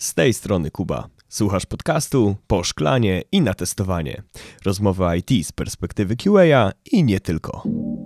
Z tej strony Kuba. Słuchasz podcastu Po szklanie i na testowanie. Rozmowy IT z perspektywy QA i nie tylko.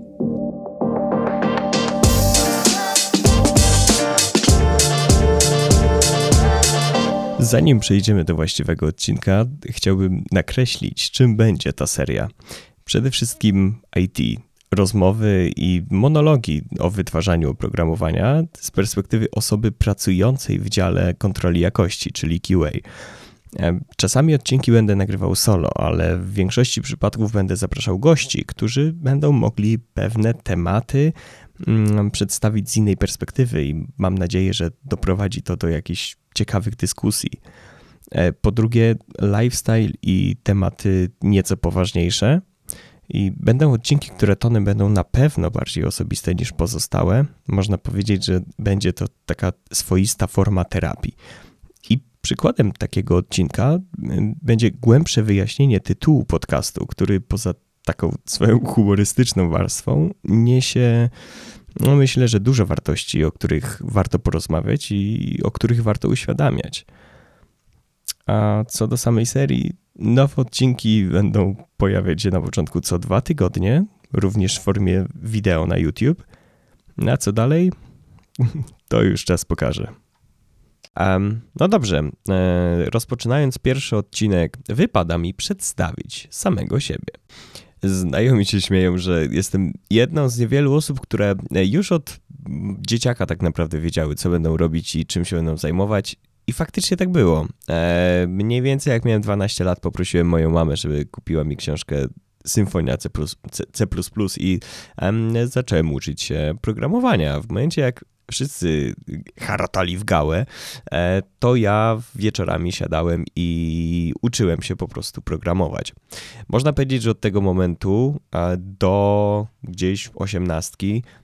Zanim przejdziemy do właściwego odcinka, chciałbym nakreślić, czym będzie ta seria. Przede wszystkim IT, rozmowy i monologi o wytwarzaniu oprogramowania z perspektywy osoby pracującej w dziale kontroli jakości, czyli QA. Czasami odcinki będę nagrywał solo, ale w większości przypadków będę zapraszał gości, którzy będą mogli pewne tematy przedstawić z innej perspektywy i mam nadzieję, że doprowadzi to do jakichś ciekawych dyskusji. Po drugie, lifestyle i tematy nieco poważniejsze. I będą odcinki, które tonem będą na pewno bardziej osobiste niż pozostałe. Można powiedzieć, że będzie to taka swoista forma terapii. I przykładem takiego odcinka będzie głębsze wyjaśnienie tytułu podcastu, który poza taką swoją humorystyczną warstwą niesie, myślę, że dużo wartości, o których warto porozmawiać i o których warto uświadamiać. A co do samej serii, nowe odcinki będą pojawiać się na początku co 2 tygodnie, również w formie wideo na YouTube. A co dalej? To już czas pokaże. No dobrze, rozpoczynając pierwszy odcinek, wypada mi przedstawić samego siebie. Znajomi się śmieją, że jestem jedną z niewielu osób, które już od dzieciaka tak naprawdę wiedziały, co będą robić i czym się będą zajmować. I faktycznie tak było. Mniej więcej jak miałem 12 lat, poprosiłem moją mamę, żeby kupiła mi książkę Symfonia C++ i zacząłem uczyć się programowania. W momencie jak wszyscy haratali w gałę, to ja wieczorami siadałem i uczyłem się po prostu programować. Można powiedzieć, że od tego momentu do gdzieś 18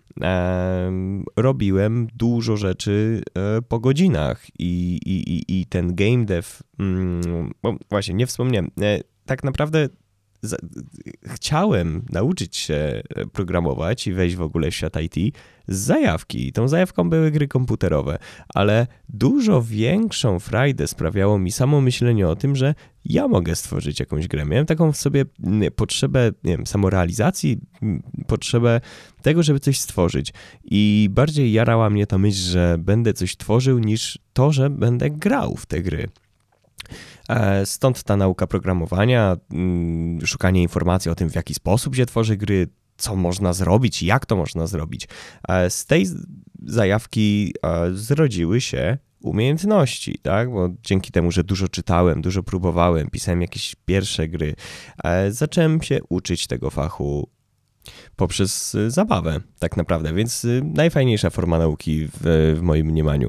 robiłem dużo rzeczy po godzinach i ten game dev, bo właśnie nie wspomniałem, tak naprawdę chciałem nauczyć się programować i wejść w ogóle w świat IT z zajawki. Tą zajawką były gry komputerowe, ale dużo większą frajdę sprawiało mi samo myślenie o tym, że ja mogę stworzyć jakąś grę. Miałem taką w sobie potrzebę, nie wiem, samorealizacji, potrzebę tego, żeby coś stworzyć. I bardziej jarała mnie ta myśl, że będę coś tworzył, niż to, że będę grał w te gry. Stąd ta nauka programowania, szukanie informacji o tym, w jaki sposób się tworzy gry, co można zrobić, jak to można zrobić. Z tej zajawki zrodziły się umiejętności, tak? Bo dzięki temu, że dużo czytałem, dużo próbowałem, pisałem jakieś pierwsze gry, zacząłem się uczyć tego fachu poprzez zabawę, tak naprawdę, więc najfajniejsza forma nauki w moim mniemaniu.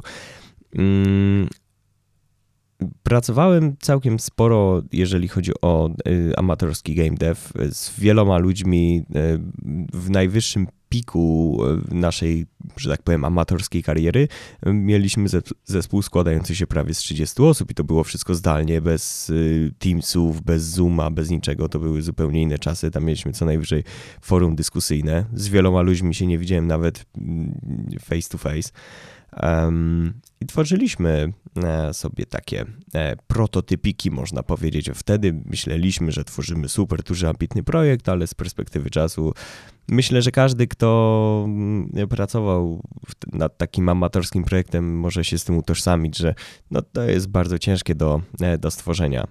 Pracowałem całkiem sporo, jeżeli chodzi o amatorski game dev, z wieloma ludźmi w najwyższym piku naszej, że tak powiem, amatorskiej kariery. Mieliśmy zespół składający się prawie z 30 osób i to było wszystko zdalnie, bez Teamsów, bez Zooma, bez niczego. To były zupełnie inne czasy. Tam mieliśmy co najwyżej forum dyskusyjne. Z wieloma ludźmi się nie widziałem nawet face to face. I tworzyliśmy sobie takie prototypiki, można powiedzieć. Wtedy myśleliśmy, że tworzymy super duży, ambitny projekt, ale z perspektywy czasu myślę, że każdy, kto pracował nad takim amatorskim projektem, może się z tym utożsamić, że no, to jest bardzo ciężkie do stworzenia.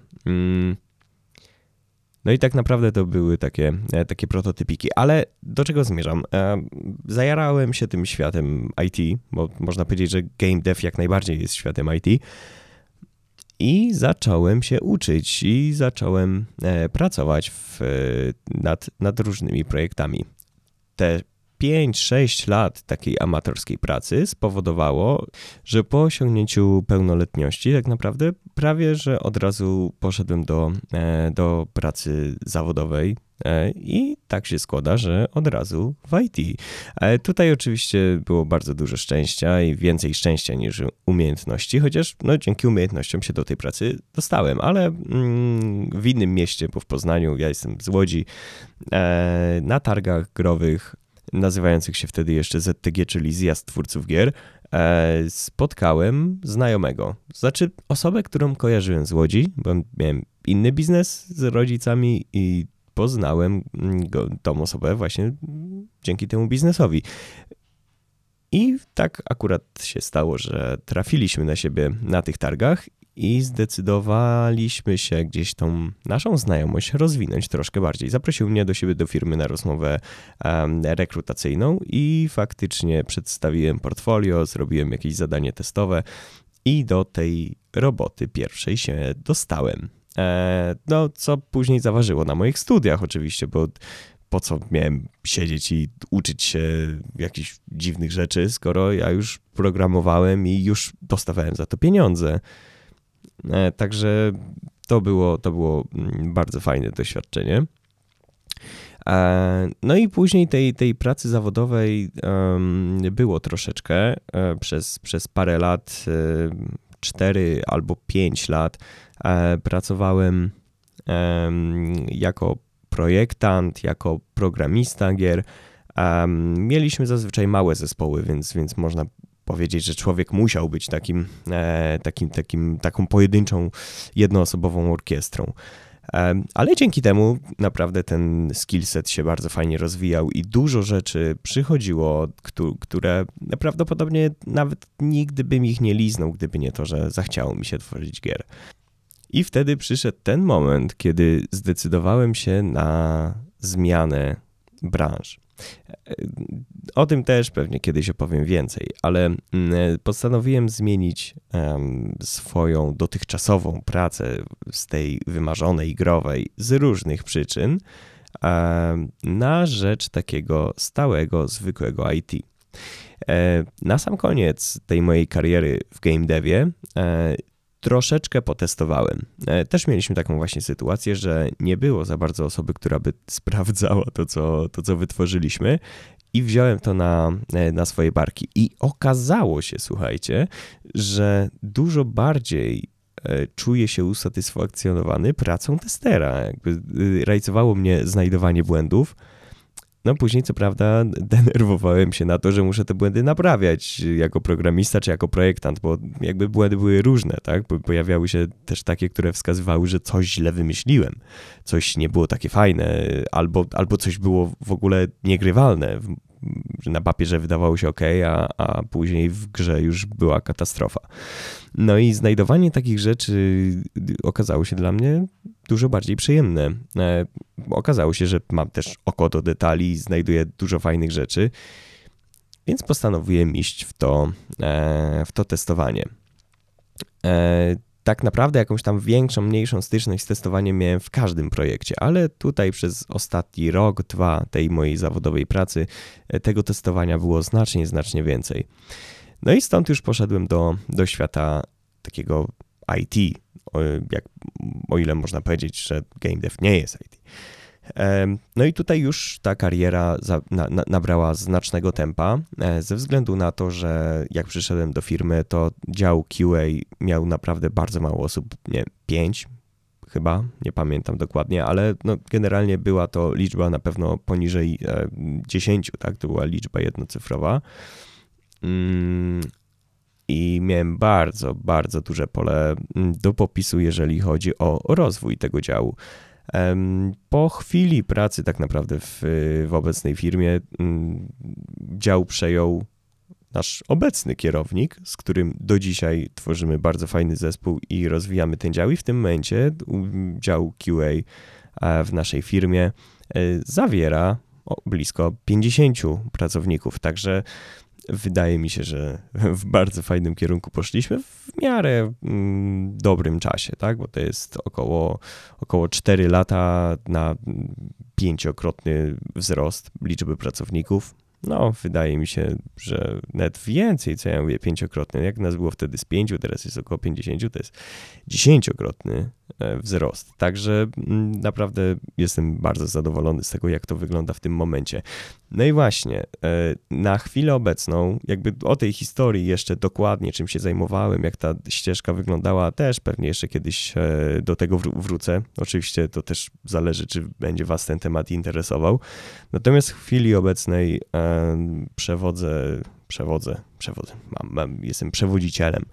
No i tak naprawdę to były takie prototypiki, ale do czego zmierzam? Zajarałem się tym światem IT, bo można powiedzieć, że game dev jak najbardziej jest światem IT i zacząłem się uczyć i zacząłem pracować nad różnymi projektami. Te 5-6 lat takiej amatorskiej pracy spowodowało, że po osiągnięciu pełnoletności tak naprawdę prawie, że od razu poszedłem do pracy zawodowej i tak się składa, że od razu w IT. Tutaj oczywiście było bardzo dużo szczęścia i więcej szczęścia niż umiejętności, chociaż no, dzięki umiejętnościom się do tej pracy dostałem, ale w innym mieście, bo w Poznaniu, ja jestem z Łodzi, na targach growych nazywających się wtedy jeszcze ZTG, czyli Zjazd Twórców Gier, spotkałem znajomego. Znaczy osobę, którą kojarzyłem z Łodzi, bo miałem inny biznes z rodzicami i poznałem tą osobę właśnie dzięki temu biznesowi. I tak akurat się stało, że trafiliśmy na siebie na tych targach i zdecydowaliśmy się gdzieś tą naszą znajomość rozwinąć troszkę bardziej. Zaprosił mnie do siebie do firmy na rozmowę rekrutacyjną i faktycznie przedstawiłem portfolio, zrobiłem jakieś zadanie testowe i do tej roboty pierwszej się dostałem. No, co później zaważyło na moich studiach oczywiście, bo po co miałem siedzieć i uczyć się jakichś dziwnych rzeczy, skoro ja już programowałem i już dostawałem za to pieniądze. Także to było bardzo fajne doświadczenie. No i później tej pracy zawodowej było troszeczkę. Przez parę lat, 4 albo 5 lat pracowałem jako projektant, jako programista gier. Mieliśmy zazwyczaj małe zespoły, więc można powiedzieć, że człowiek musiał być taką pojedynczą, jednoosobową orkiestrą. Ale dzięki temu naprawdę ten skillset się bardzo fajnie rozwijał i dużo rzeczy przychodziło, które prawdopodobnie nawet nigdy bym ich nie liznął, gdyby nie to, że zachciało mi się tworzyć gier. I wtedy przyszedł ten moment, kiedy zdecydowałem się na zmianę branż. O tym też pewnie kiedyś opowiem więcej, ale postanowiłem zmienić swoją dotychczasową pracę z tej wymarzonej growej z różnych przyczyn na rzecz takiego stałego, zwykłego IT. Na sam koniec tej mojej kariery w game devie troszeczkę potestowałem. Też mieliśmy taką właśnie sytuację, że nie było za bardzo osoby, która by sprawdzała to, co wytworzyliśmy i wziąłem to na swoje barki. I okazało się, słuchajcie, że dużo bardziej czuję się usatysfakcjonowany pracą testera. Jakby rajcowało mnie znajdowanie błędów. No później co prawda denerwowałem się na to, że muszę te błędy naprawiać jako programista czy jako projektant, bo jakby błędy były różne, tak? Pojawiały się też takie, które wskazywały, że coś źle wymyśliłem, coś nie było takie fajne, albo coś było w ogóle niegrywalne, że na papierze wydawało się ok, a później w grze już była katastrofa. No i znajdowanie takich rzeczy okazało się dla mnie dużo bardziej przyjemne. Okazało się, że mam też oko do detali, znajduję dużo fajnych rzeczy, więc postanowiłem iść w to testowanie. Tak naprawdę jakąś tam większą, mniejszą styczność z testowaniem miałem w każdym projekcie, ale tutaj przez ostatni rok, 2 tej mojej zawodowej pracy tego testowania było znacznie więcej. No i stąd już poszedłem do świata takiego IT, o ile można powiedzieć, że game dev nie jest IT. No i tutaj już ta kariera nabrała znacznego tempa, ze względu na to, że jak przyszedłem do firmy, to dział QA miał naprawdę bardzo mało osób, 5 chyba, nie pamiętam dokładnie, ale no generalnie była to liczba na pewno poniżej 10, tak, to była liczba jednocyfrowa. I miałem bardzo duże pole do popisu, jeżeli chodzi o rozwój tego działu. Po chwili pracy tak naprawdę w obecnej firmie dział przejął nasz obecny kierownik, z którym do dzisiaj tworzymy bardzo fajny zespół i rozwijamy ten dział i w tym momencie dział QA w naszej firmie zawiera blisko 50 pracowników, także wydaje mi się, że w bardzo fajnym kierunku poszliśmy w miarę dobrym czasie, tak? Bo to jest około 4 lata na 5-krotny wzrost liczby pracowników. No, wydaje mi się, że nawet więcej, co ja mówię, 5-krotny. Jak nas było wtedy z 5, teraz jest około 50, to jest 10-krotny wzrost. Także naprawdę jestem bardzo zadowolony z tego, jak to wygląda w tym momencie. No i właśnie, na chwilę obecną, jakby o tej historii jeszcze dokładnie, czym się zajmowałem, jak ta ścieżka wyglądała, też pewnie jeszcze kiedyś do tego wrócę. Oczywiście to też zależy, czy będzie was ten temat interesował. Natomiast w chwili obecnej przewodzę jestem przewodzicielem.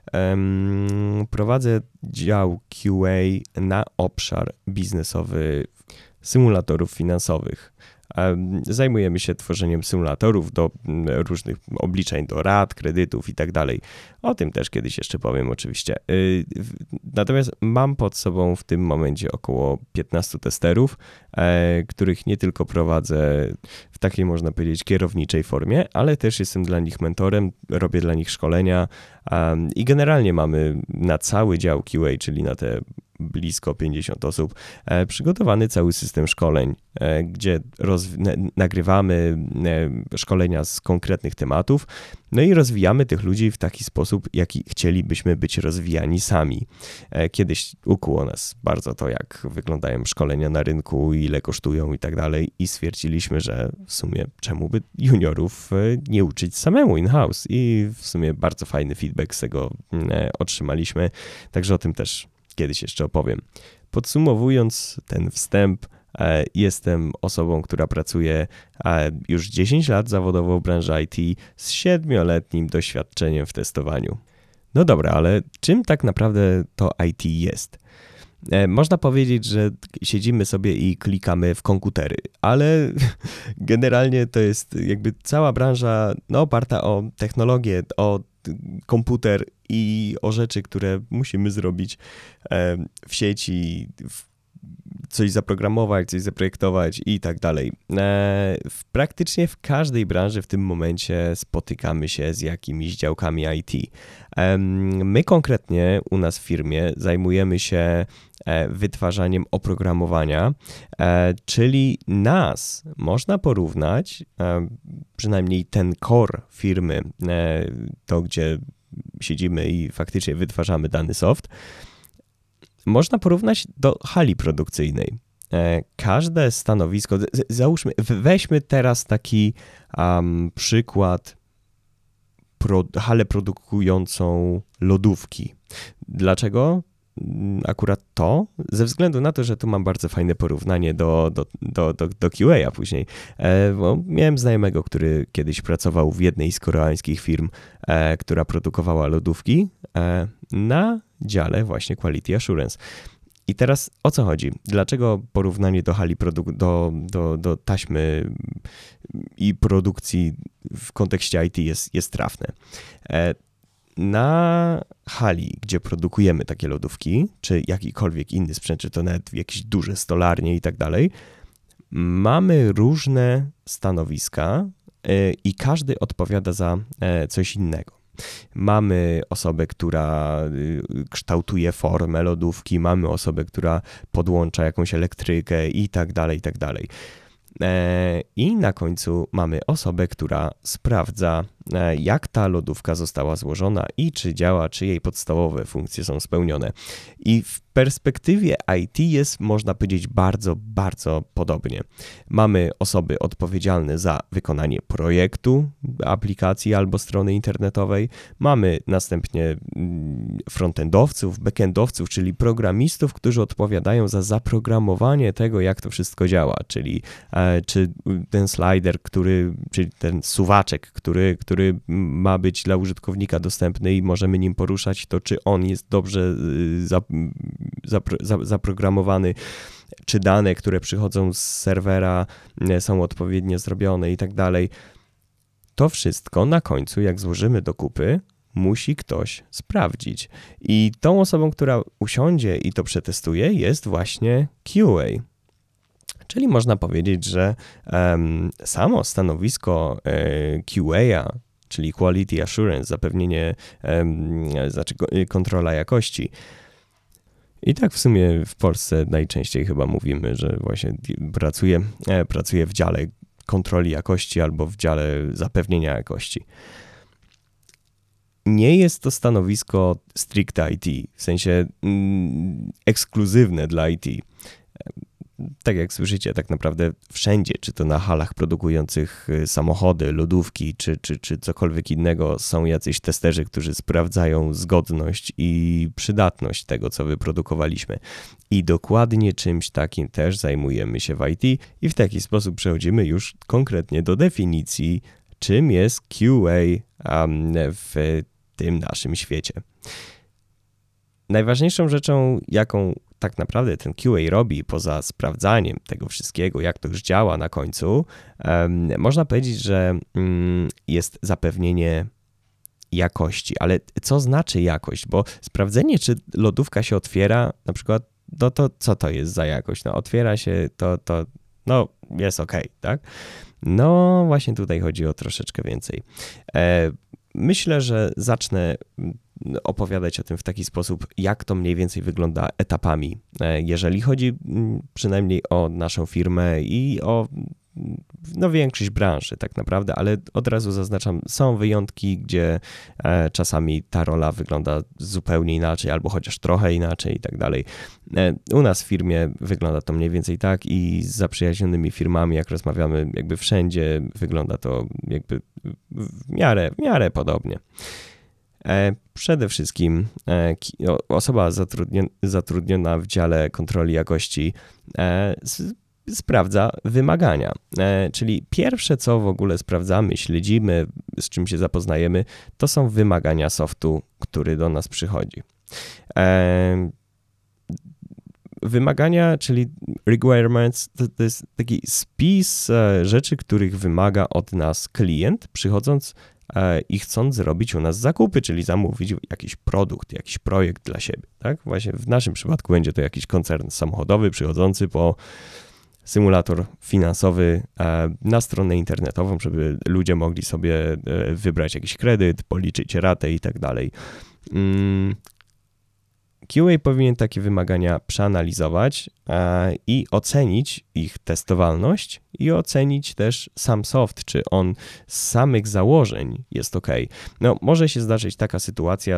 Prowadzę dział QA na obszar biznesowy symulatorów finansowych. Zajmujemy się tworzeniem symulatorów do różnych obliczeń, do rat, kredytów i tak dalej. O tym też kiedyś jeszcze powiem oczywiście. Natomiast mam pod sobą w tym momencie około 15 testerów, których nie tylko prowadzę w takiej, można powiedzieć, kierowniczej formie, ale też jestem dla nich mentorem, robię dla nich szkolenia i generalnie mamy na cały dział QA, czyli na te blisko 50 osób, przygotowany cały system szkoleń, gdzie nagrywamy szkolenia z konkretnych tematów, no i rozwijamy tych ludzi w taki sposób, jaki chcielibyśmy być rozwijani sami. Kiedyś ukuło nas bardzo to, jak wyglądają szkolenia na rynku, ile kosztują i tak dalej i stwierdziliśmy, że w sumie czemu by juniorów nie uczyć samemu in-house i w sumie bardzo fajny feedback z tego otrzymaliśmy, także o tym też kiedyś jeszcze opowiem. Podsumowując ten wstęp, jestem osobą, która pracuje już 10 lat zawodowo w branży IT z 7-letnim doświadczeniem w testowaniu. No dobra, ale czym tak naprawdę to IT jest? Można powiedzieć, że siedzimy sobie i klikamy w komputery, ale generalnie to jest jakby cała branża oparta o technologię, o komputer i o rzeczy, które musimy zrobić w sieci, coś zaprogramować, coś zaprojektować i tak dalej. Praktycznie w każdej branży w tym momencie spotykamy się z jakimiś działkami IT. My konkretnie u nas w firmie zajmujemy się wytwarzaniem oprogramowania, czyli nas można porównać, przynajmniej ten core firmy, to gdzie siedzimy i faktycznie wytwarzamy dany soft, można porównać do hali produkcyjnej. Każde stanowisko, weźmy teraz taki przykład, halę produkującą lodówki. Dlaczego akurat to? Ze względu na to, że tu mam bardzo fajne porównanie do QA później, bo miałem znajomego, który kiedyś pracował w jednej z koreańskich firm, która produkowała lodówki na dziale właśnie Quality Assurance. I teraz o co chodzi? Dlaczego porównanie do hali do taśmy i produkcji w kontekście IT jest trafne? Na hali, gdzie produkujemy takie lodówki, czy jakikolwiek inny sprzęt, czy to nawet jakieś duże stolarnie i tak dalej, mamy różne stanowiska i każdy odpowiada za coś innego. Mamy osobę, która kształtuje formę lodówki, mamy osobę, która podłącza jakąś elektrykę i tak dalej, i tak dalej. I na końcu mamy osobę, która sprawdza, jak ta lodówka została złożona i czy działa, czy jej podstawowe funkcje są spełnione. I w perspektywie IT jest, można powiedzieć, bardzo, bardzo podobnie. Mamy osoby odpowiedzialne za wykonanie projektu aplikacji albo strony internetowej. Mamy następnie frontendowców, backendowców, czyli programistów, którzy odpowiadają za zaprogramowanie tego, jak to wszystko działa, czyli czy ten slider, czyli ten suwaczek, który ma być dla użytkownika dostępny i możemy nim poruszać, to czy on jest dobrze zaprogramowany, czy dane, które przychodzą z serwera są odpowiednio zrobione i tak dalej. To wszystko na końcu, jak złożymy do kupy, musi ktoś sprawdzić. I tą osobą, która usiądzie i to przetestuje, jest właśnie QA. Czyli można powiedzieć, że samo stanowisko QA, czyli Quality Assurance, zapewnienie, kontrola jakości. I tak w sumie w Polsce najczęściej chyba mówimy, że właśnie pracuję w dziale kontroli jakości albo w dziale zapewnienia jakości. Nie jest to stanowisko stricte IT, w sensie ekskluzywne dla IT. Tak jak słyszycie, tak naprawdę wszędzie, czy to na halach produkujących samochody, lodówki, czy cokolwiek innego, są jacyś testerzy, którzy sprawdzają zgodność i przydatność tego, co wyprodukowaliśmy. I dokładnie czymś takim też zajmujemy się w IT i w taki sposób przechodzimy już konkretnie do definicji, czym jest QA w tym naszym świecie. Najważniejszą rzeczą, jaką tak naprawdę ten QA robi, poza sprawdzaniem tego wszystkiego, jak to już działa na końcu, można powiedzieć, że jest zapewnienie jakości. Ale co znaczy jakość? Bo sprawdzenie, czy lodówka się otwiera, na przykład, no to co to jest za jakość? No otwiera się, to no jest okej, tak? No właśnie tutaj chodzi o troszeczkę więcej. Myślę, że zacznę opowiadać o tym w taki sposób, jak to mniej więcej wygląda etapami, jeżeli chodzi przynajmniej o naszą firmę i o większość branży tak naprawdę, ale od razu zaznaczam, są wyjątki, gdzie czasami ta rola wygląda zupełnie inaczej, albo chociaż trochę inaczej i tak dalej. U nas w firmie wygląda to mniej więcej tak i z zaprzyjaźnionymi firmami, jak rozmawiamy, jakby wszędzie wygląda to jakby w miarę podobnie. Przede wszystkim osoba zatrudniona w dziale kontroli jakości sprawdza wymagania, czyli pierwsze, co w ogóle sprawdzamy, śledzimy, z czym się zapoznajemy, to są wymagania softu, który do nas przychodzi. Wymagania, czyli requirements, to jest taki spis rzeczy, których wymaga od nas klient, przychodząc i chcąc zrobić u nas zakupy, czyli zamówić jakiś produkt, jakiś projekt dla siebie. Tak? Właśnie w naszym przypadku będzie to jakiś koncern samochodowy przychodzący po symulator finansowy na stronę internetową, żeby ludzie mogli sobie wybrać jakiś kredyt, policzyć ratę i tak dalej. QA powinien takie wymagania przeanalizować i ocenić ich testowalność i ocenić też sam soft, czy on z samych założeń jest ok. No, może się zdarzyć taka sytuacja,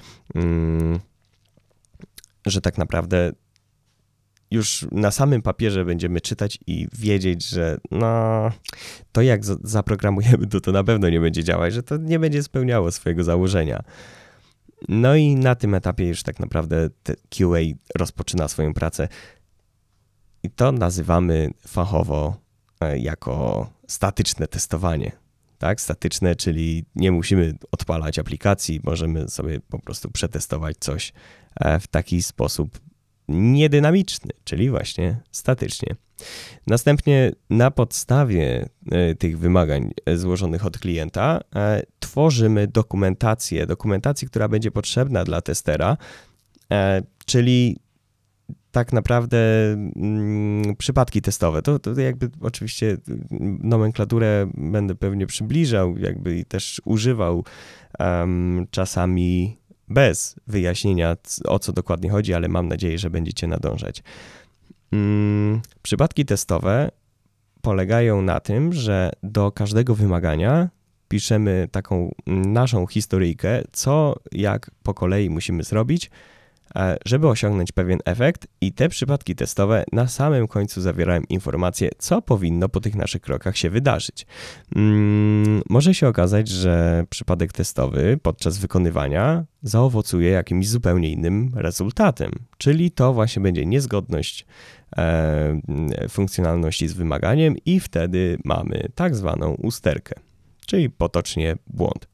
że tak naprawdę już na samym papierze będziemy czytać i wiedzieć, że no, to jak zaprogramujemy, to na pewno nie będzie działać, że to nie będzie spełniało swojego założenia. No i na tym etapie już tak naprawdę QA rozpoczyna swoją pracę i to nazywamy fachowo jako statyczne testowanie. Tak, statyczne, czyli nie musimy odpalać aplikacji, możemy sobie po prostu przetestować coś w taki sposób niedynamiczny, czyli właśnie statycznie. Następnie na podstawie tych wymagań złożonych od klienta tworzymy dokumentację, która będzie potrzebna dla testera, czyli tak naprawdę przypadki testowe. To jakby oczywiście nomenklaturę będę pewnie przybliżał, jakby i też używał czasami bez wyjaśnienia, o co dokładnie chodzi, ale mam nadzieję, że będziecie nadążać. Przypadki testowe polegają na tym, że do każdego wymagania piszemy taką naszą historyjkę, co jak po kolei musimy zrobić, żeby osiągnąć pewien efekt i te przypadki testowe na samym końcu zawierają informacje, co powinno po tych naszych krokach się wydarzyć. Może się okazać, że przypadek testowy podczas wykonywania zaowocuje jakimś zupełnie innym rezultatem, czyli to właśnie będzie niezgodność funkcjonalności z wymaganiem i wtedy mamy tak zwaną usterkę, czyli potocznie błąd.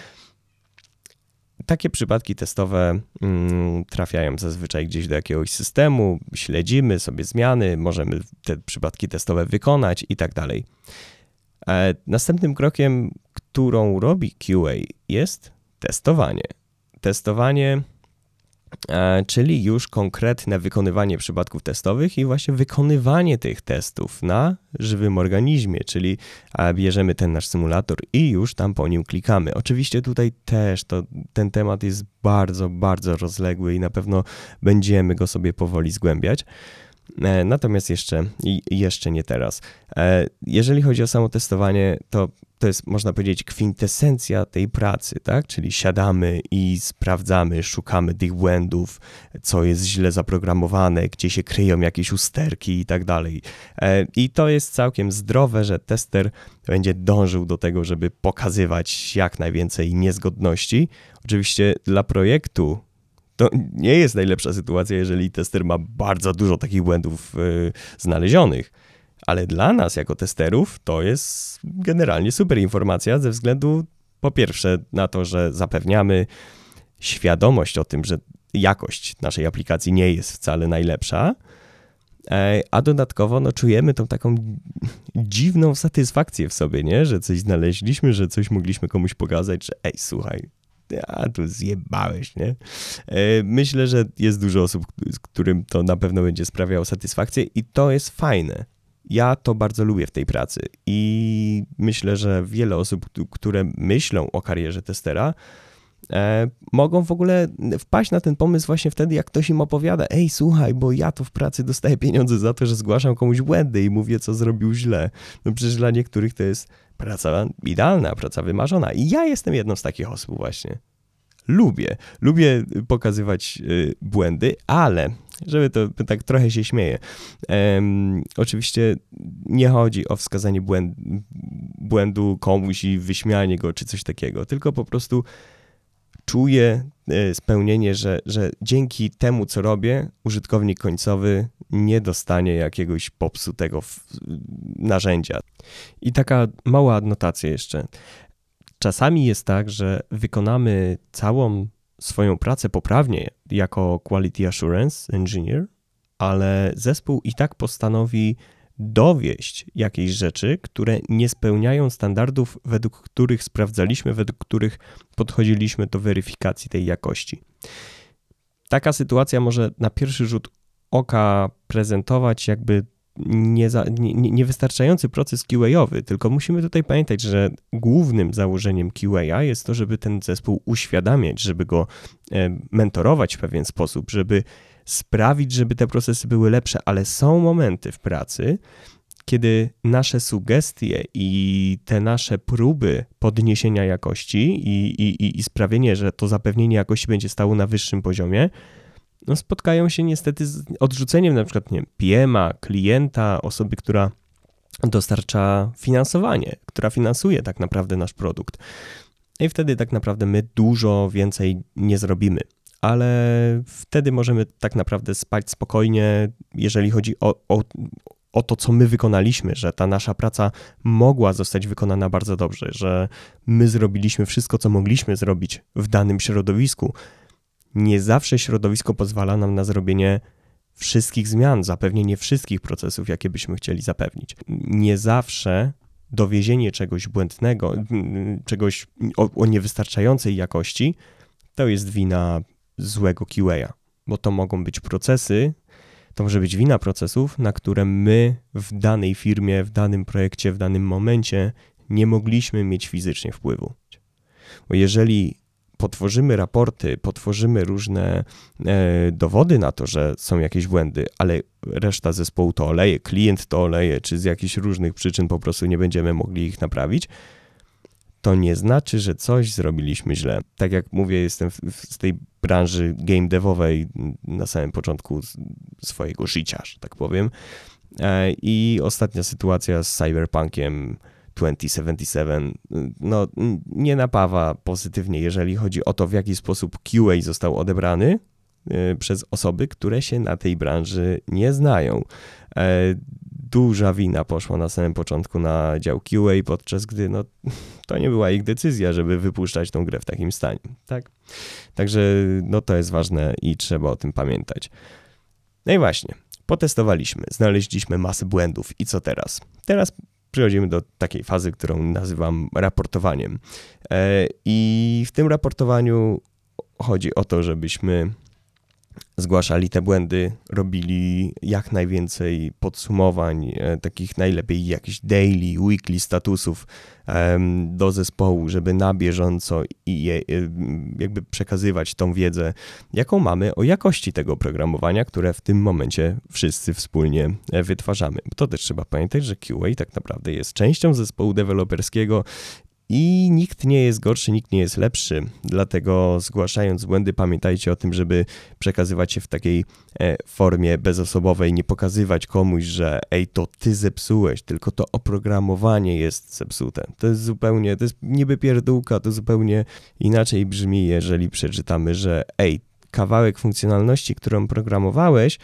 Takie przypadki testowe trafiają zazwyczaj gdzieś do jakiegoś systemu, śledzimy sobie zmiany, możemy te przypadki testowe wykonać i tak dalej. Następnym krokiem, którą robi QA, jest testowanie. Testowanie, czyli już konkretne wykonywanie przypadków testowych i właśnie wykonywanie tych testów na żywym organizmie, czyli bierzemy ten nasz symulator i już tam po nim klikamy. Oczywiście tutaj też ten temat jest bardzo, bardzo rozległy i na pewno będziemy go sobie powoli zgłębiać. Natomiast jeszcze nie teraz. Jeżeli chodzi o samo testowanie, to jest, można powiedzieć, kwintesencja tej pracy, tak? Czyli siadamy i sprawdzamy, szukamy tych błędów, co jest źle zaprogramowane, gdzie się kryją jakieś usterki i tak dalej. I to jest całkiem zdrowe, że tester będzie dążył do tego, żeby pokazywać jak najwięcej niezgodności. Oczywiście dla projektu to nie jest najlepsza sytuacja, jeżeli tester ma bardzo dużo takich błędów znalezionych, Ale dla nas jako testerów to jest generalnie super informacja ze względu po pierwsze na to, że zapewniamy świadomość o tym, że jakość naszej aplikacji nie jest wcale najlepsza, a dodatkowo czujemy tą taką dziwną satysfakcję w sobie, nie? Że coś znaleźliśmy, że coś mogliśmy komuś pokazać, że słuchaj, tu zjebałeś, nie? Myślę, że jest dużo osób, z którym to na pewno będzie sprawiało satysfakcję i to jest fajne. Ja to bardzo lubię w tej pracy i myślę, że wiele osób, które myślą o karierze testera, mogą w ogóle wpaść na ten pomysł właśnie wtedy, jak ktoś im opowiada, słuchaj, bo ja to w pracy dostaję pieniądze za to, że zgłaszam komuś błędy i mówię, co zrobił źle. No przecież dla niektórych to jest praca idealna, praca wymarzona i ja jestem jedną z takich osób właśnie. Lubię pokazywać błędy, ale żeby to tak trochę się śmieję. Oczywiście nie chodzi o wskazanie błędu komuś i wyśmianie go czy coś takiego, tylko po prostu czuję spełnienie, że dzięki temu, co robię, użytkownik końcowy nie dostanie jakiegoś popsutego narzędzia. I taka mała adnotacja jeszcze. Czasami jest tak, że wykonamy całą swoją pracę poprawnie jako Quality Assurance Engineer, ale zespół i tak postanowi dowieść jakieś rzeczy, które nie spełniają standardów, według których sprawdzaliśmy, według których podchodziliśmy do weryfikacji tej jakości. Taka sytuacja może na pierwszy rzut oka prezentować jakby niewystarczający proces QA-owy, tylko musimy tutaj pamiętać, że głównym założeniem QA jest to, żeby ten zespół uświadamiać, żeby go mentorować w pewien sposób, żeby sprawić, żeby te procesy były lepsze, ale są momenty w pracy, kiedy nasze sugestie i te nasze próby podniesienia jakości i sprawienie, że to zapewnienie jakości będzie stało na wyższym poziomie, spotkają się niestety z odrzuceniem na przykład PM-a, klienta, osoby, która dostarcza finansowanie, która finansuje tak naprawdę nasz produkt. I wtedy tak naprawdę my dużo więcej nie zrobimy. Ale wtedy możemy tak naprawdę spać spokojnie, jeżeli chodzi o to, co my wykonaliśmy, że ta nasza praca mogła zostać wykonana bardzo dobrze, że my zrobiliśmy wszystko, co mogliśmy zrobić w danym środowisku. Nie zawsze środowisko pozwala nam na zrobienie wszystkich zmian, zapewnienie wszystkich procesów, jakie byśmy chcieli zapewnić. Nie zawsze dowiezienie czegoś błędnego, czegoś o niewystarczającej jakości, to jest wina złego QA, bo to mogą być procesy, to może być wina procesów, na które my w danej firmie, w danym projekcie, w danym momencie nie mogliśmy mieć fizycznie wpływu. Bo jeżeli potworzymy raporty, potworzymy różne dowody na to, że są jakieś błędy, ale reszta zespołu to oleje, klient to oleje, czy z jakichś różnych przyczyn po prostu nie będziemy mogli ich naprawić, to nie znaczy, że coś zrobiliśmy źle. Tak jak mówię, jestem z tej branży game devowej na samym początku swojego życia, że tak powiem. I ostatnia sytuacja z Cyberpunkiem 2077 nie napawa pozytywnie, jeżeli chodzi o to, w jaki sposób QA został odebrany przez osoby, które się na tej branży nie znają. Duża wina poszła na samym początku na dział QA, podczas gdy to nie była ich decyzja, żeby wypuszczać tą grę w takim stanie. Tak? Także to jest ważne i trzeba o tym pamiętać. No i właśnie, potestowaliśmy, znaleźliśmy masę błędów i co teraz? Teraz przechodzimy do takiej fazy, którą nazywam raportowaniem. I w tym raportowaniu chodzi o to, żebyśmy zgłaszali te błędy, robili jak najwięcej podsumowań, takich najlepiej jakichś daily, weekly statusów do zespołu, żeby na bieżąco jakby przekazywać tą wiedzę, jaką mamy o jakości tego programowania, które w tym momencie wszyscy wspólnie wytwarzamy. To też trzeba pamiętać, że QA tak naprawdę jest częścią zespołu deweloperskiego i nikt nie jest gorszy, nikt nie jest lepszy, dlatego zgłaszając błędy pamiętajcie o tym, żeby przekazywać się w takiej formie bezosobowej, nie pokazywać komuś, że to ty zepsułeś, tylko to oprogramowanie jest zepsute. To jest niby pierdółka, to zupełnie inaczej brzmi, jeżeli przeczytamy, że kawałek funkcjonalności, którą programowałeś,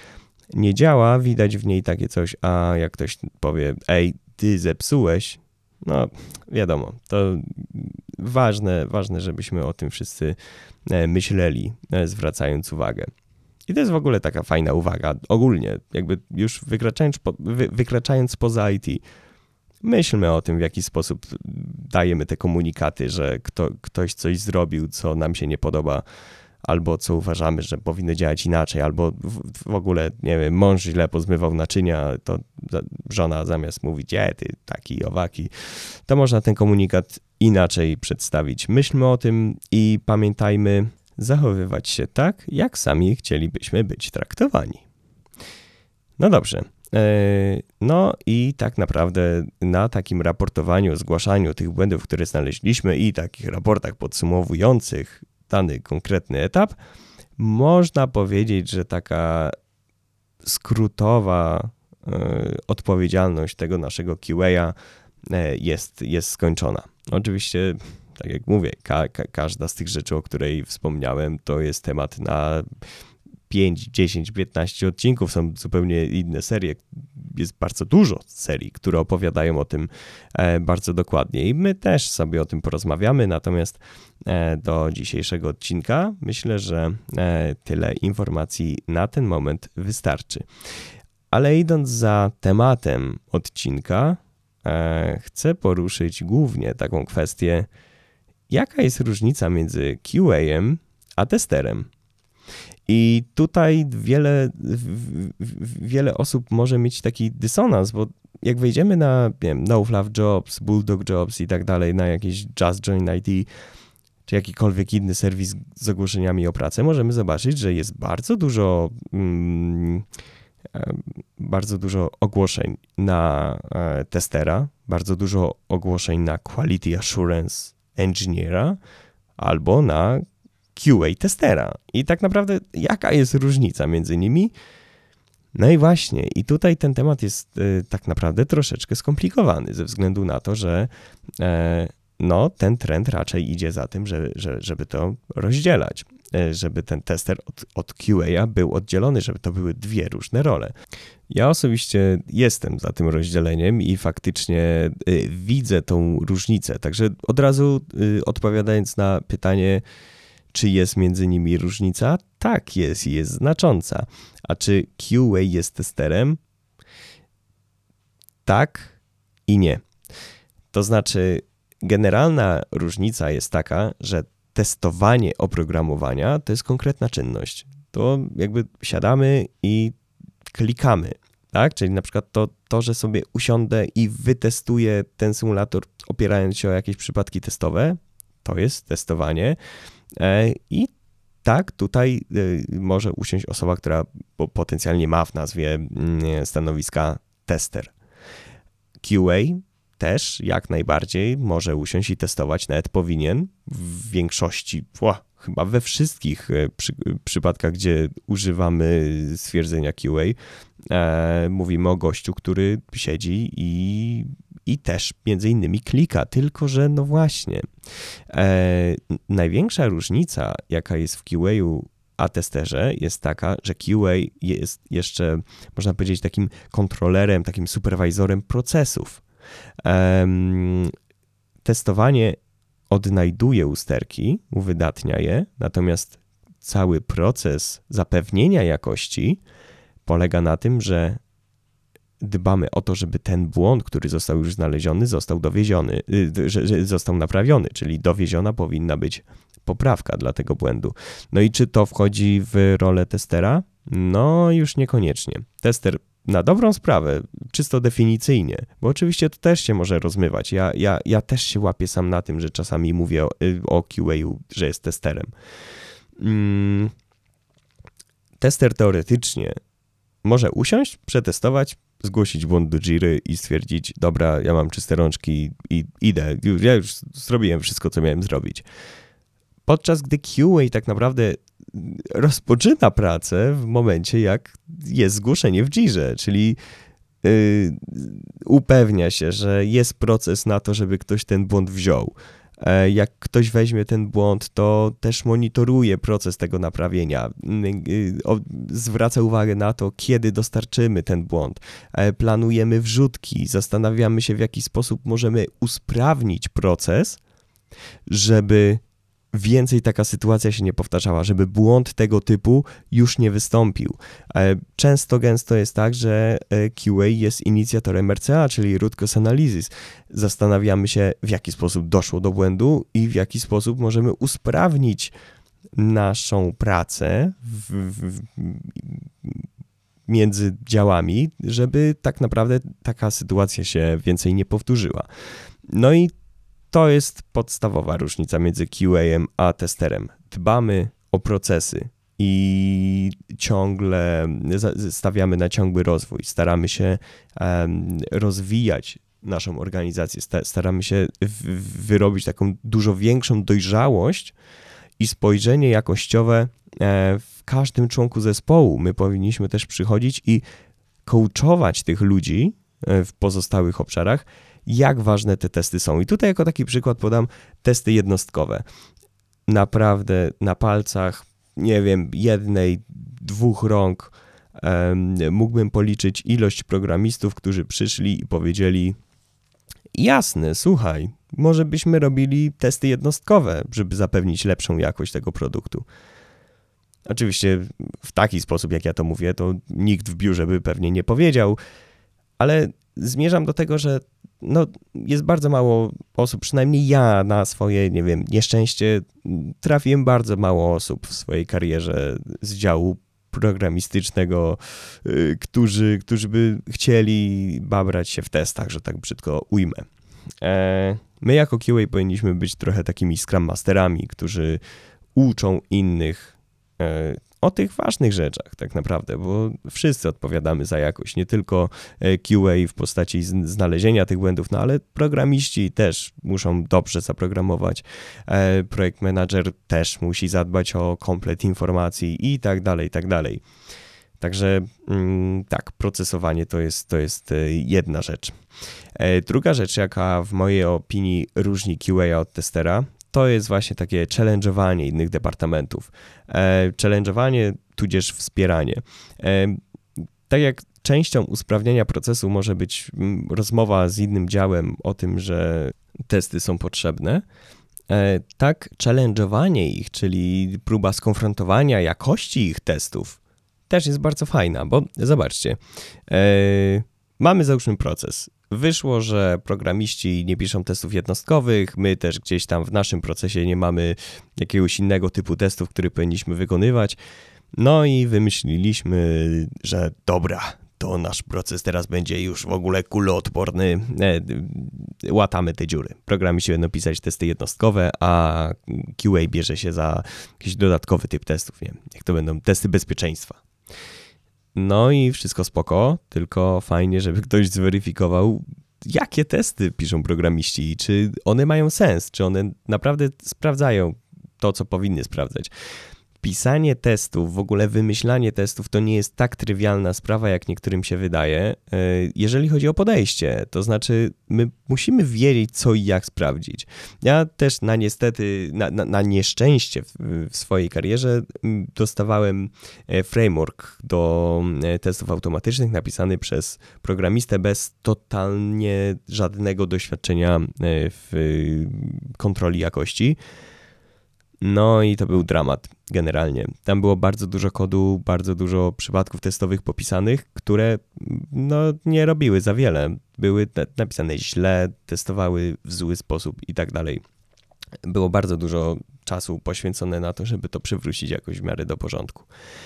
nie działa, widać w niej takie coś, a jak ktoś powie, ej, ty zepsułeś, no wiadomo, to ważne, żebyśmy o tym wszyscy myśleli, zwracając uwagę. I to jest w ogóle taka fajna uwaga, ogólnie, jakby już wykraczając poza IT, myślmy o tym, w jaki sposób dajemy te komunikaty, że ktoś coś zrobił, co nam się nie podoba, albo co uważamy, że powinno działać inaczej, albo w ogóle, nie wiem, mąż źle pozmywał naczynia, to żona zamiast mówić, ty taki, owaki, to można ten komunikat inaczej przedstawić. Myślmy o tym i pamiętajmy zachowywać się tak, jak sami chcielibyśmy być traktowani. No dobrze. No i tak naprawdę na takim raportowaniu, zgłaszaniu tych błędów, które znaleźliśmy i takich raportach podsumowujących dany konkretny etap, można powiedzieć, że taka skrótowa odpowiedzialność tego naszego QA jest skończona. Oczywiście, tak jak mówię, każda z tych rzeczy, o której wspomniałem, to jest temat na 5, 10, 15 odcinków, są zupełnie inne serie. Jest bardzo dużo serii, które opowiadają o tym bardzo dokładnie i my też sobie o tym porozmawiamy, natomiast do dzisiejszego odcinka myślę, że tyle informacji na ten moment wystarczy. Ale idąc za tematem odcinka, chcę poruszyć głównie taką kwestię, jaka jest różnica między QA-em a testerem. I tutaj wiele osób może mieć taki dysonans, bo jak wejdziemy na, nie wiem, No Fluff Jobs, Bulldog Jobs i tak dalej, na jakiś Just Join IT, czy jakikolwiek inny serwis z ogłoszeniami o pracę, możemy zobaczyć, że jest bardzo dużo ogłoszeń na testera, bardzo dużo ogłoszeń na Quality Assurance Engineera albo na QA testera. I tak naprawdę jaka jest różnica między nimi? No i właśnie, i tutaj ten temat jest tak naprawdę troszeczkę skomplikowany ze względu na to, że ten trend raczej idzie za tym, żeby to rozdzielać, żeby ten tester od QA był oddzielony, żeby to były dwie różne role. Ja osobiście jestem za tym rozdzieleniem i faktycznie widzę tą różnicę, także od razu odpowiadając na pytanie, czy jest między nimi różnica? Tak, jest i jest znacząca. A czy QA jest testerem? Tak i nie. To znaczy, generalna różnica jest taka, że testowanie oprogramowania to jest konkretna czynność. To jakby siadamy i klikamy, tak? Czyli na przykład to, że sobie usiądę i wytestuję ten symulator opierając się o jakieś przypadki testowe, to jest testowanie. I tak, tutaj może usiąść osoba, która potencjalnie ma w nazwie stanowiska tester. QA też jak najbardziej może usiąść i testować, nawet powinien w większości, chyba we wszystkich przypadkach, gdzie używamy stwierdzenia QA, mówimy o gościu, który siedzi i też między innymi klika, tylko że no właśnie, największa różnica, jaka jest w QA-u a testerze, jest taka, że QA jest jeszcze, można powiedzieć, takim kontrolerem, takim superwajzorem procesów. Testowanie odnajduje usterki, uwydatnia je, natomiast cały proces zapewnienia jakości polega na tym, że dbamy o to, żeby ten błąd, który został już znaleziony, został dowieziony, że został naprawiony, czyli dowieziona powinna być poprawka dla tego błędu. No i czy to wchodzi w rolę testera? No już niekoniecznie. Tester na dobrą sprawę, czysto definicyjnie, bo oczywiście to też się może rozmywać. Ja też się łapię sam na tym, że czasami mówię o QA-u, że jest testerem. Tester teoretycznie może usiąść, przetestować, zgłosić błąd do Jiry i stwierdzić, dobra, ja mam czyste rączki i idę, ja już zrobiłem wszystko, co miałem zrobić. Podczas gdy QA tak naprawdę rozpoczyna pracę w momencie, jak jest zgłoszenie w Jirze, czyli upewnia się, że jest proces na to, żeby ktoś ten błąd wziął. Jak ktoś weźmie ten błąd, to też monitoruje proces tego naprawienia, zwraca uwagę na to, kiedy dostarczymy ten błąd, planujemy wrzutki, zastanawiamy się, w jaki sposób możemy usprawnić proces, żeby więcej taka sytuacja się nie powtarzała, żeby błąd tego typu już nie wystąpił. Gęsto jest tak, że QA jest inicjatorem RCA, czyli Root Cause Analysis. Zastanawiamy się, w jaki sposób doszło do błędu i w jaki sposób możemy usprawnić naszą pracę między działami, żeby tak naprawdę taka sytuacja się więcej nie powtórzyła. No i to jest podstawowa różnica między QA-em a testerem. Dbamy o procesy i ciągle stawiamy na ciągły rozwój. Staramy się rozwijać naszą organizację, staramy się wyrobić taką dużo większą dojrzałość i spojrzenie jakościowe w każdym członku zespołu. My powinniśmy też przychodzić i coachować tych ludzi w pozostałych obszarach, jak ważne te testy są. I tutaj jako taki przykład podam testy jednostkowe. Naprawdę na palcach, nie wiem, 1, 2 rąk mógłbym policzyć ilość programistów, którzy przyszli i powiedzieli: jasne, słuchaj, może byśmy robili testy jednostkowe, żeby zapewnić lepszą jakość tego produktu. Oczywiście w taki sposób, jak ja to mówię, to nikt w biurze by pewnie nie powiedział, ale zmierzam do tego, że jest bardzo mało osób, przynajmniej ja na swoje, nie wiem, nieszczęście trafiłem bardzo mało osób w swojej karierze z działu programistycznego, którzy by chcieli babrać się w testach, że tak brzydko ujmę. My jako QA powinniśmy być trochę takimi Scrum Masterami, którzy uczą innych o tych ważnych rzeczach tak naprawdę, bo wszyscy odpowiadamy za jakość, nie tylko QA w postaci znalezienia tych błędów, ale programiści też muszą dobrze zaprogramować, projekt manager też musi zadbać o komplet informacji i tak dalej, i tak dalej. Także tak, procesowanie to jest jedna rzecz. Druga rzecz, jaka w mojej opinii różni QA od testera, to jest właśnie takie challenge'owanie innych departamentów. Challenge'owanie tudzież wspieranie. Tak jak częścią usprawniania procesu może być rozmowa z innym działem o tym, że testy są potrzebne, tak challenge'owanie ich, czyli próba skonfrontowania jakości ich testów, też jest bardzo fajna, bo zobaczcie, mamy załóżmy proces. Wyszło, że programiści nie piszą testów jednostkowych, my też gdzieś tam w naszym procesie nie mamy jakiegoś innego typu testów, który powinniśmy wykonywać. No i wymyśliliśmy, że dobra, to nasz proces teraz będzie już w ogóle kuloodporny, łatamy te dziury. Programiści będą pisać testy jednostkowe, a QA bierze się za jakiś dodatkowy typ testów, nie wiem, jak to będą testy bezpieczeństwa. No i wszystko spoko, tylko fajnie, żeby ktoś zweryfikował, jakie testy piszą programiści, czy one mają sens, czy one naprawdę sprawdzają to, co powinny sprawdzać. Pisanie testów, w ogóle wymyślanie testów to nie jest tak trywialna sprawa, jak niektórym się wydaje, jeżeli chodzi o podejście. To znaczy, my musimy wiedzieć, co i jak sprawdzić. Ja też na nieszczęście w swojej karierze dostawałem framework do testów automatycznych napisany przez programistę bez totalnie żadnego doświadczenia w kontroli jakości. No i to był dramat generalnie. Tam było bardzo dużo kodu, bardzo dużo przypadków testowych popisanych, które nie robiły za wiele. Były napisane źle, testowały w zły sposób i tak dalej. Było bardzo dużo czasu poświęcone na to, żeby to przywrócić jakoś w miarę do porządku.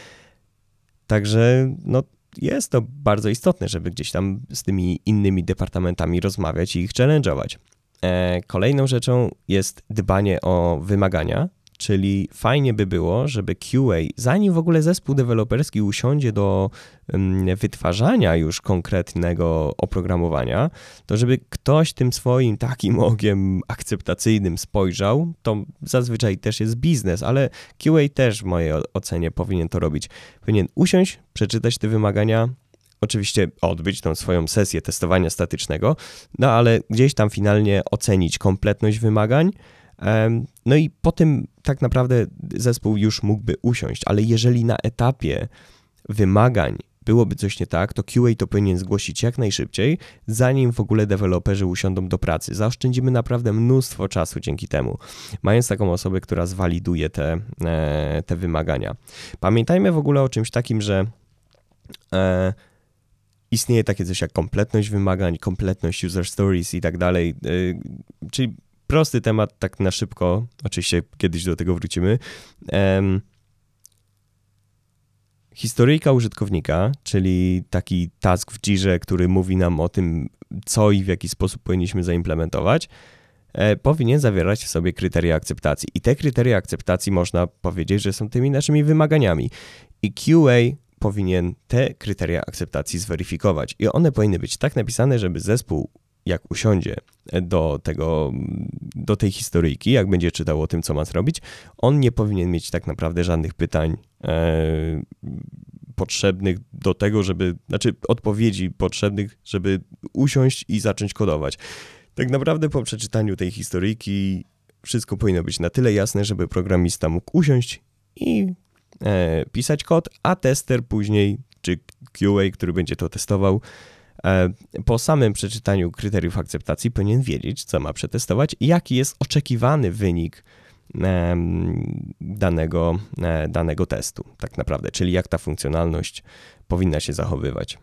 Także jest to bardzo istotne, żeby gdzieś tam z tymi innymi departamentami rozmawiać i ich challenge'ować. Kolejną rzeczą jest dbanie o wymagania, czyli fajnie by było, żeby QA, zanim w ogóle zespół deweloperski usiądzie do wytwarzania już konkretnego oprogramowania, to żeby ktoś tym swoim takim okiem akceptacyjnym spojrzał, to zazwyczaj też jest biznes, ale QA też w mojej ocenie powinien to robić. Powinien usiąść, przeczytać te wymagania, oczywiście odbyć tą swoją sesję testowania statycznego, ale gdzieś tam finalnie ocenić kompletność wymagań, No i po tym tak naprawdę zespół już mógłby usiąść, ale jeżeli na etapie wymagań byłoby coś nie tak, to QA to powinien zgłosić jak najszybciej, zanim w ogóle deweloperzy usiądą do pracy. Zaoszczędzimy naprawdę mnóstwo czasu dzięki temu, mając taką osobę, która zwaliduje te wymagania. Pamiętajmy w ogóle o czymś takim, że istnieje takie coś jak kompletność wymagań, kompletność user stories i tak dalej, czyli prosty temat, tak na szybko, oczywiście kiedyś do tego wrócimy. Historyjka użytkownika, czyli taki task w Jirze, który mówi nam o tym, co i w jaki sposób powinniśmy zaimplementować, powinien zawierać w sobie kryteria akceptacji. I te kryteria akceptacji można powiedzieć, że są tymi naszymi wymaganiami. I QA powinien te kryteria akceptacji zweryfikować. I one powinny być tak napisane, żeby zespół, jak usiądzie do tej historyjki, jak będzie czytał o tym, co ma zrobić, on nie powinien mieć tak naprawdę żadnych pytań potrzebnych do tego, odpowiedzi potrzebnych, żeby usiąść i zacząć kodować. Tak naprawdę po przeczytaniu tej historyjki wszystko powinno być na tyle jasne, żeby programista mógł usiąść i pisać kod, a tester później, czy QA, który będzie to testował, po samym przeczytaniu kryteriów akceptacji powinien wiedzieć, co ma przetestować i jaki jest oczekiwany wynik danego testu, tak naprawdę, czyli jak ta funkcjonalność powinna się zachowywać.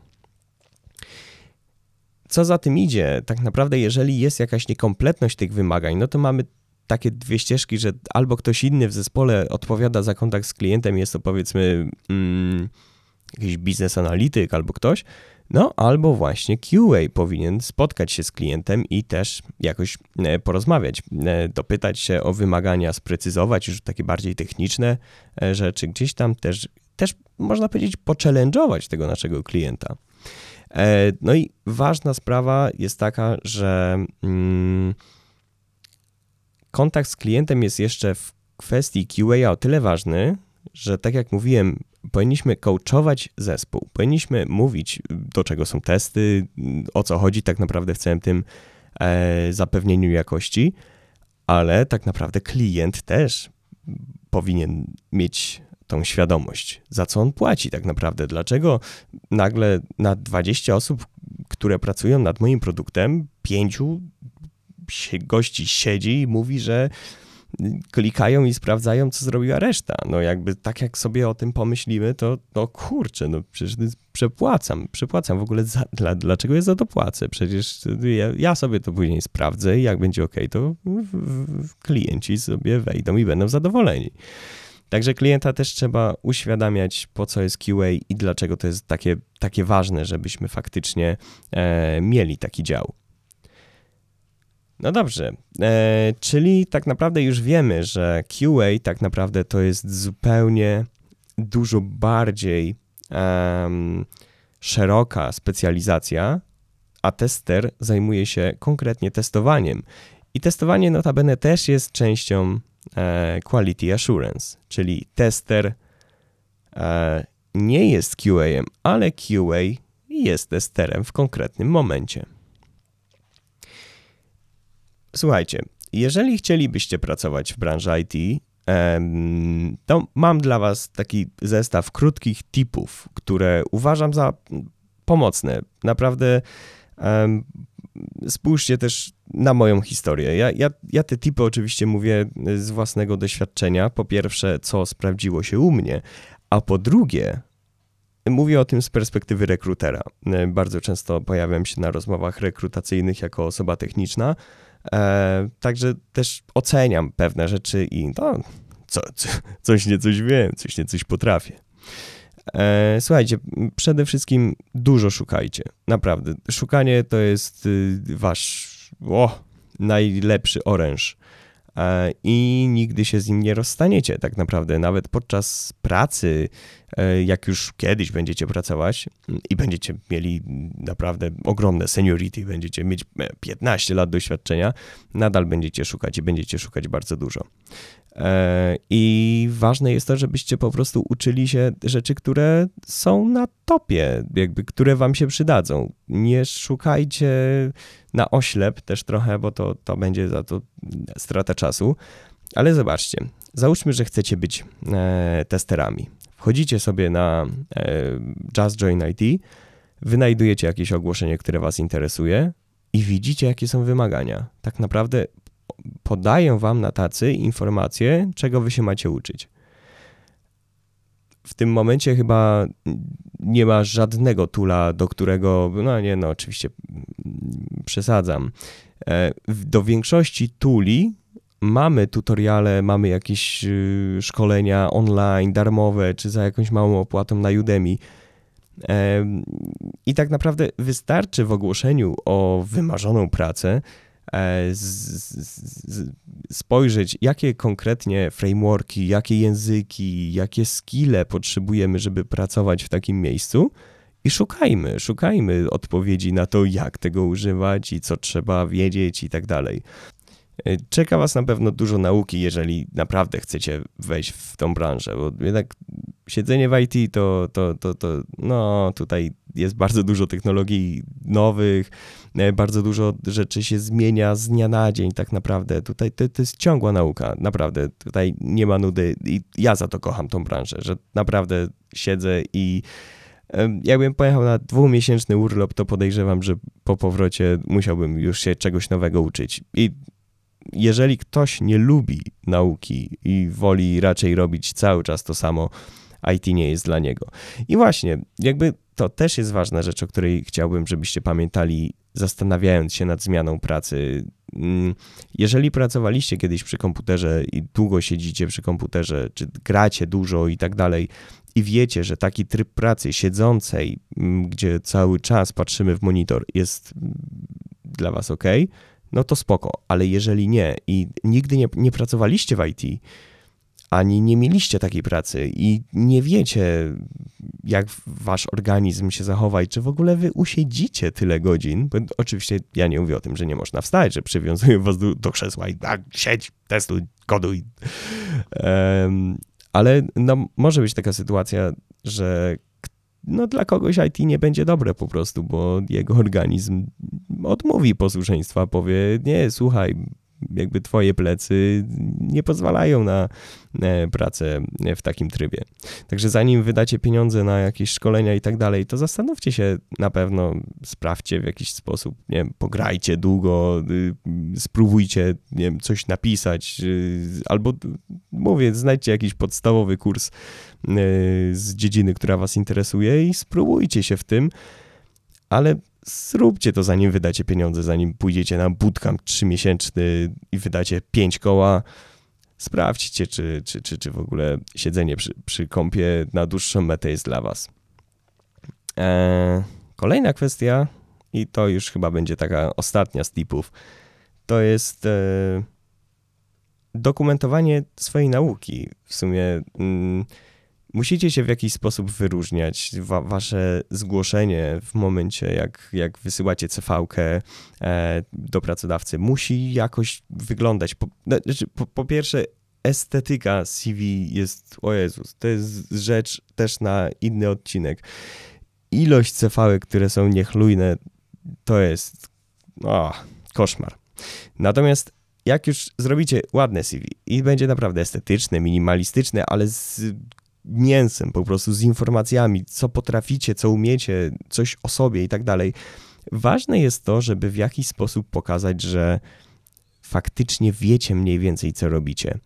Co za tym idzie, tak naprawdę, jeżeli jest jakaś niekompletność tych wymagań, no to mamy takie dwie ścieżki, że albo ktoś inny w zespole odpowiada za kontakt z klientem, jest to powiedzmy jakiś biznes analityk albo ktoś, no albo właśnie QA powinien spotkać się z klientem i też jakoś porozmawiać, dopytać się o wymagania, sprecyzować już takie bardziej techniczne rzeczy, gdzieś tam też można powiedzieć pochallenge'ować tego naszego klienta. No i ważna sprawa jest taka, że kontakt z klientem jest jeszcze w kwestii QA o tyle ważny, że tak jak mówiłem, powinniśmy coachować zespół, powinniśmy mówić, do czego są testy, o co chodzi tak naprawdę w całym tym zapewnieniu jakości, ale tak naprawdę klient też powinien mieć tą świadomość, za co on płaci tak naprawdę, dlaczego nagle na 20 osób, które pracują nad moim produktem, 5 gości siedzi i mówi, że klikają i sprawdzają, co zrobiła reszta. No jakby tak jak sobie o tym pomyślimy, to kurczę, no przecież przepłacam w ogóle dlaczego ja za to płacę? Przecież ja sobie to później sprawdzę i jak będzie ok, to klienci sobie wejdą i będą zadowoleni. Także klienta też trzeba uświadamiać, po co jest QA i dlaczego to jest takie ważne, żebyśmy faktycznie mieli taki dział. No dobrze, czyli tak naprawdę już wiemy, że QA tak naprawdę to jest zupełnie dużo bardziej szeroka specjalizacja, a tester zajmuje się konkretnie testowaniem. I testowanie notabene też jest częścią Quality Assurance, czyli tester nie jest QA-em, ale QA jest testerem w konkretnym momencie. Słuchajcie, jeżeli chcielibyście pracować w branży IT, to mam dla Was taki zestaw krótkich tipów, które uważam za pomocne. Naprawdę spójrzcie też na moją historię. Ja te tipy oczywiście mówię z własnego doświadczenia. Po pierwsze, co sprawdziło się u mnie, a po drugie, mówię o tym z perspektywy rekrutera. Bardzo często pojawiam się na rozmowach rekrutacyjnych jako osoba techniczna, także też oceniam pewne rzeczy i coś niecoś wiem, coś potrafię. Słuchajcie, przede wszystkim dużo szukajcie, naprawdę. Szukanie to jest wasz najlepszy oręż i nigdy się z nim nie rozstaniecie tak naprawdę. Nawet podczas pracy, jak już kiedyś będziecie pracować i będziecie mieli naprawdę ogromne seniority, będziecie mieć 15 lat doświadczenia, nadal będziecie szukać i będziecie szukać bardzo dużo. I ważne jest to, żebyście po prostu uczyli się rzeczy, które są na topie, jakby, które wam się przydadzą. Nie szukajcie na oślep też trochę, bo to będzie za to strata czasu. Ale zobaczcie, załóżmy, że chcecie być testerami. Wchodzicie sobie na Just Join IT, wynajdujecie jakieś ogłoszenie, które was interesuje i widzicie, jakie są wymagania. Tak naprawdę podają wam na tacy informacje, czego wy się macie uczyć. W tym momencie chyba nie ma żadnego toola, do którego, oczywiście przesadzam. Do większości tooli mamy tutoriale, mamy jakieś szkolenia online, darmowe, czy za jakąś małą opłatą na Udemy. I tak naprawdę wystarczy w ogłoszeniu o wymarzoną pracę spojrzeć, jakie konkretnie frameworki, jakie języki, jakie skille potrzebujemy, żeby pracować w takim miejscu i szukajmy odpowiedzi na to, jak tego używać i co trzeba wiedzieć i tak dalej. Czeka was na pewno dużo nauki, jeżeli naprawdę chcecie wejść w tą branżę, bo jednak siedzenie w IT tutaj jest bardzo dużo technologii nowych, bardzo dużo rzeczy się zmienia z dnia na dzień tak naprawdę. Tutaj to jest ciągła nauka, naprawdę. Tutaj nie ma nudy i ja za to kocham tą branżę, że naprawdę siedzę i jakbym pojechał na 2-miesięczny urlop, to podejrzewam, że po powrocie musiałbym już się czegoś nowego uczyć. I jeżeli ktoś nie lubi nauki i woli raczej robić cały czas to samo, IT nie jest dla niego. I właśnie, jakby to też jest ważna rzecz, o której chciałbym, żebyście pamiętali, zastanawiając się nad zmianą pracy. Jeżeli pracowaliście kiedyś przy komputerze i długo siedzicie przy komputerze, czy gracie dużo i tak dalej, i wiecie, że taki tryb pracy siedzącej, gdzie cały czas patrzymy w monitor, jest dla was ok, no to spoko, ale jeżeli nie i nigdy nie pracowaliście w IT, ani nie mieliście takiej pracy i nie wiecie, jak wasz organizm się zachowa i czy w ogóle wy usiedzicie tyle godzin, bo oczywiście ja nie mówię o tym, że nie można wstać, że przywiązuję was do krzesła i tak, siedź, testuj, koduj. Ale może być taka sytuacja, że dla kogoś IT nie będzie dobre po prostu, bo jego organizm odmówi posłuszeństwa, powie, nie, słuchaj, jakby twoje plecy nie pozwalają na pracę w takim trybie. Także zanim wydacie pieniądze na jakieś szkolenia i tak dalej, to zastanówcie się na pewno, sprawdźcie w jakiś sposób, nie wiem, pograjcie długo, spróbujcie, nie wiem, coś napisać, albo mówię, znajdźcie jakiś podstawowy kurs z dziedziny, która was interesuje i spróbujcie się w tym, ale zróbcie to, zanim wydacie pieniądze, zanim pójdziecie na bootcamp 3-miesięczny i wydacie 5 koła. Sprawdźcie, czy w ogóle siedzenie przy kompie na dłuższą metę jest dla was. Kolejna kwestia, i to już chyba będzie taka ostatnia z tipów, to jest dokumentowanie swojej nauki. W sumie musicie się w jakiś sposób wyróżniać. Wasze zgłoszenie w momencie, jak wysyłacie CV-kę do pracodawcy, musi jakoś wyglądać. Po pierwsze, estetyka CV jest, o Jezus, to jest rzecz też na inny odcinek. Ilość CV-ek, które są niechlujne, to jest koszmar. Natomiast jak już zrobicie ładne CV i będzie naprawdę estetyczne, minimalistyczne, ale z mięsem, po prostu z informacjami, co potraficie, co umiecie, coś o sobie i tak dalej. Ważne jest to, żeby w jakiś sposób pokazać, że faktycznie wiecie mniej więcej, co robicie.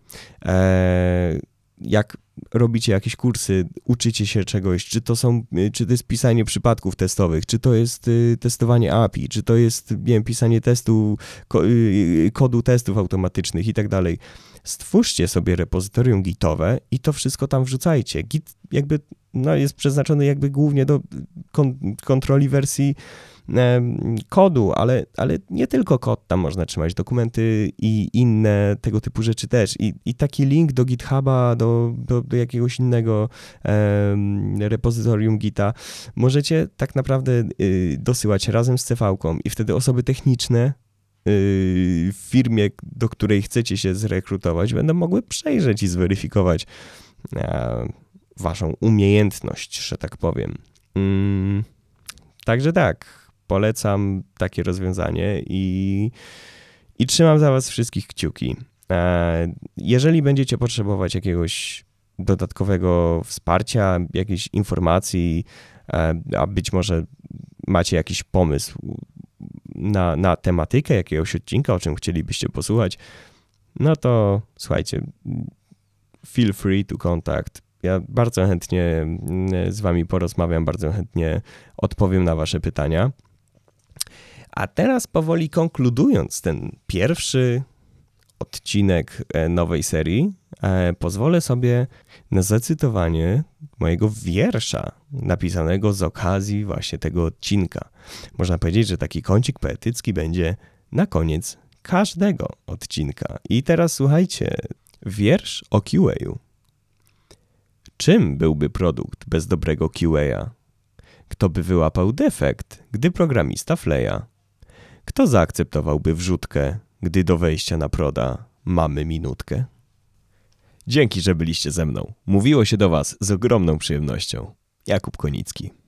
Jak robicie jakieś kursy, uczycie się czegoś, czy to jest pisanie przypadków testowych, czy to jest testowanie API, czy to jest, nie wiem, pisanie kodu testów automatycznych i tak dalej. Stwórzcie sobie repozytorium gitowe i to wszystko tam wrzucajcie. Git jakby jest przeznaczony jakby głównie do kontroli wersji kodu, ale nie tylko kod tam można trzymać, dokumenty i inne tego typu rzeczy też. I taki link do GitHuba, do jakiegoś innego repozytorium Gita możecie tak naprawdę dosyłać razem z CV-ką i wtedy osoby techniczne w firmie, do której chcecie się zrekrutować, będą mogły przejrzeć i zweryfikować waszą umiejętność, że tak powiem. Także tak, polecam takie rozwiązanie i trzymam za was wszystkich kciuki. Jeżeli będziecie potrzebować jakiegoś dodatkowego wsparcia, jakiejś informacji, a być może macie jakiś pomysł na tematykę jakiegoś odcinka, o czym chcielibyście posłuchać, no to słuchajcie, feel free to contact. Ja bardzo chętnie z wami porozmawiam, bardzo chętnie odpowiem na wasze pytania. A teraz powoli konkludując ten pierwszy odcinek nowej serii, pozwolę sobie na zacytowanie mojego wiersza napisanego z okazji właśnie tego odcinka. Można powiedzieć, że taki kącik poetycki będzie na koniec każdego odcinka. I teraz słuchajcie, wiersz o QA-u. Czym byłby produkt bez dobrego QA? Kto by wyłapał defekt, gdy programista fleja? Kto zaakceptowałby wrzutkę, gdy do wejścia na proda mamy minutkę? Dzięki, że byliście ze mną. Mówiło się do was z ogromną przyjemnością. Jakub Konicki.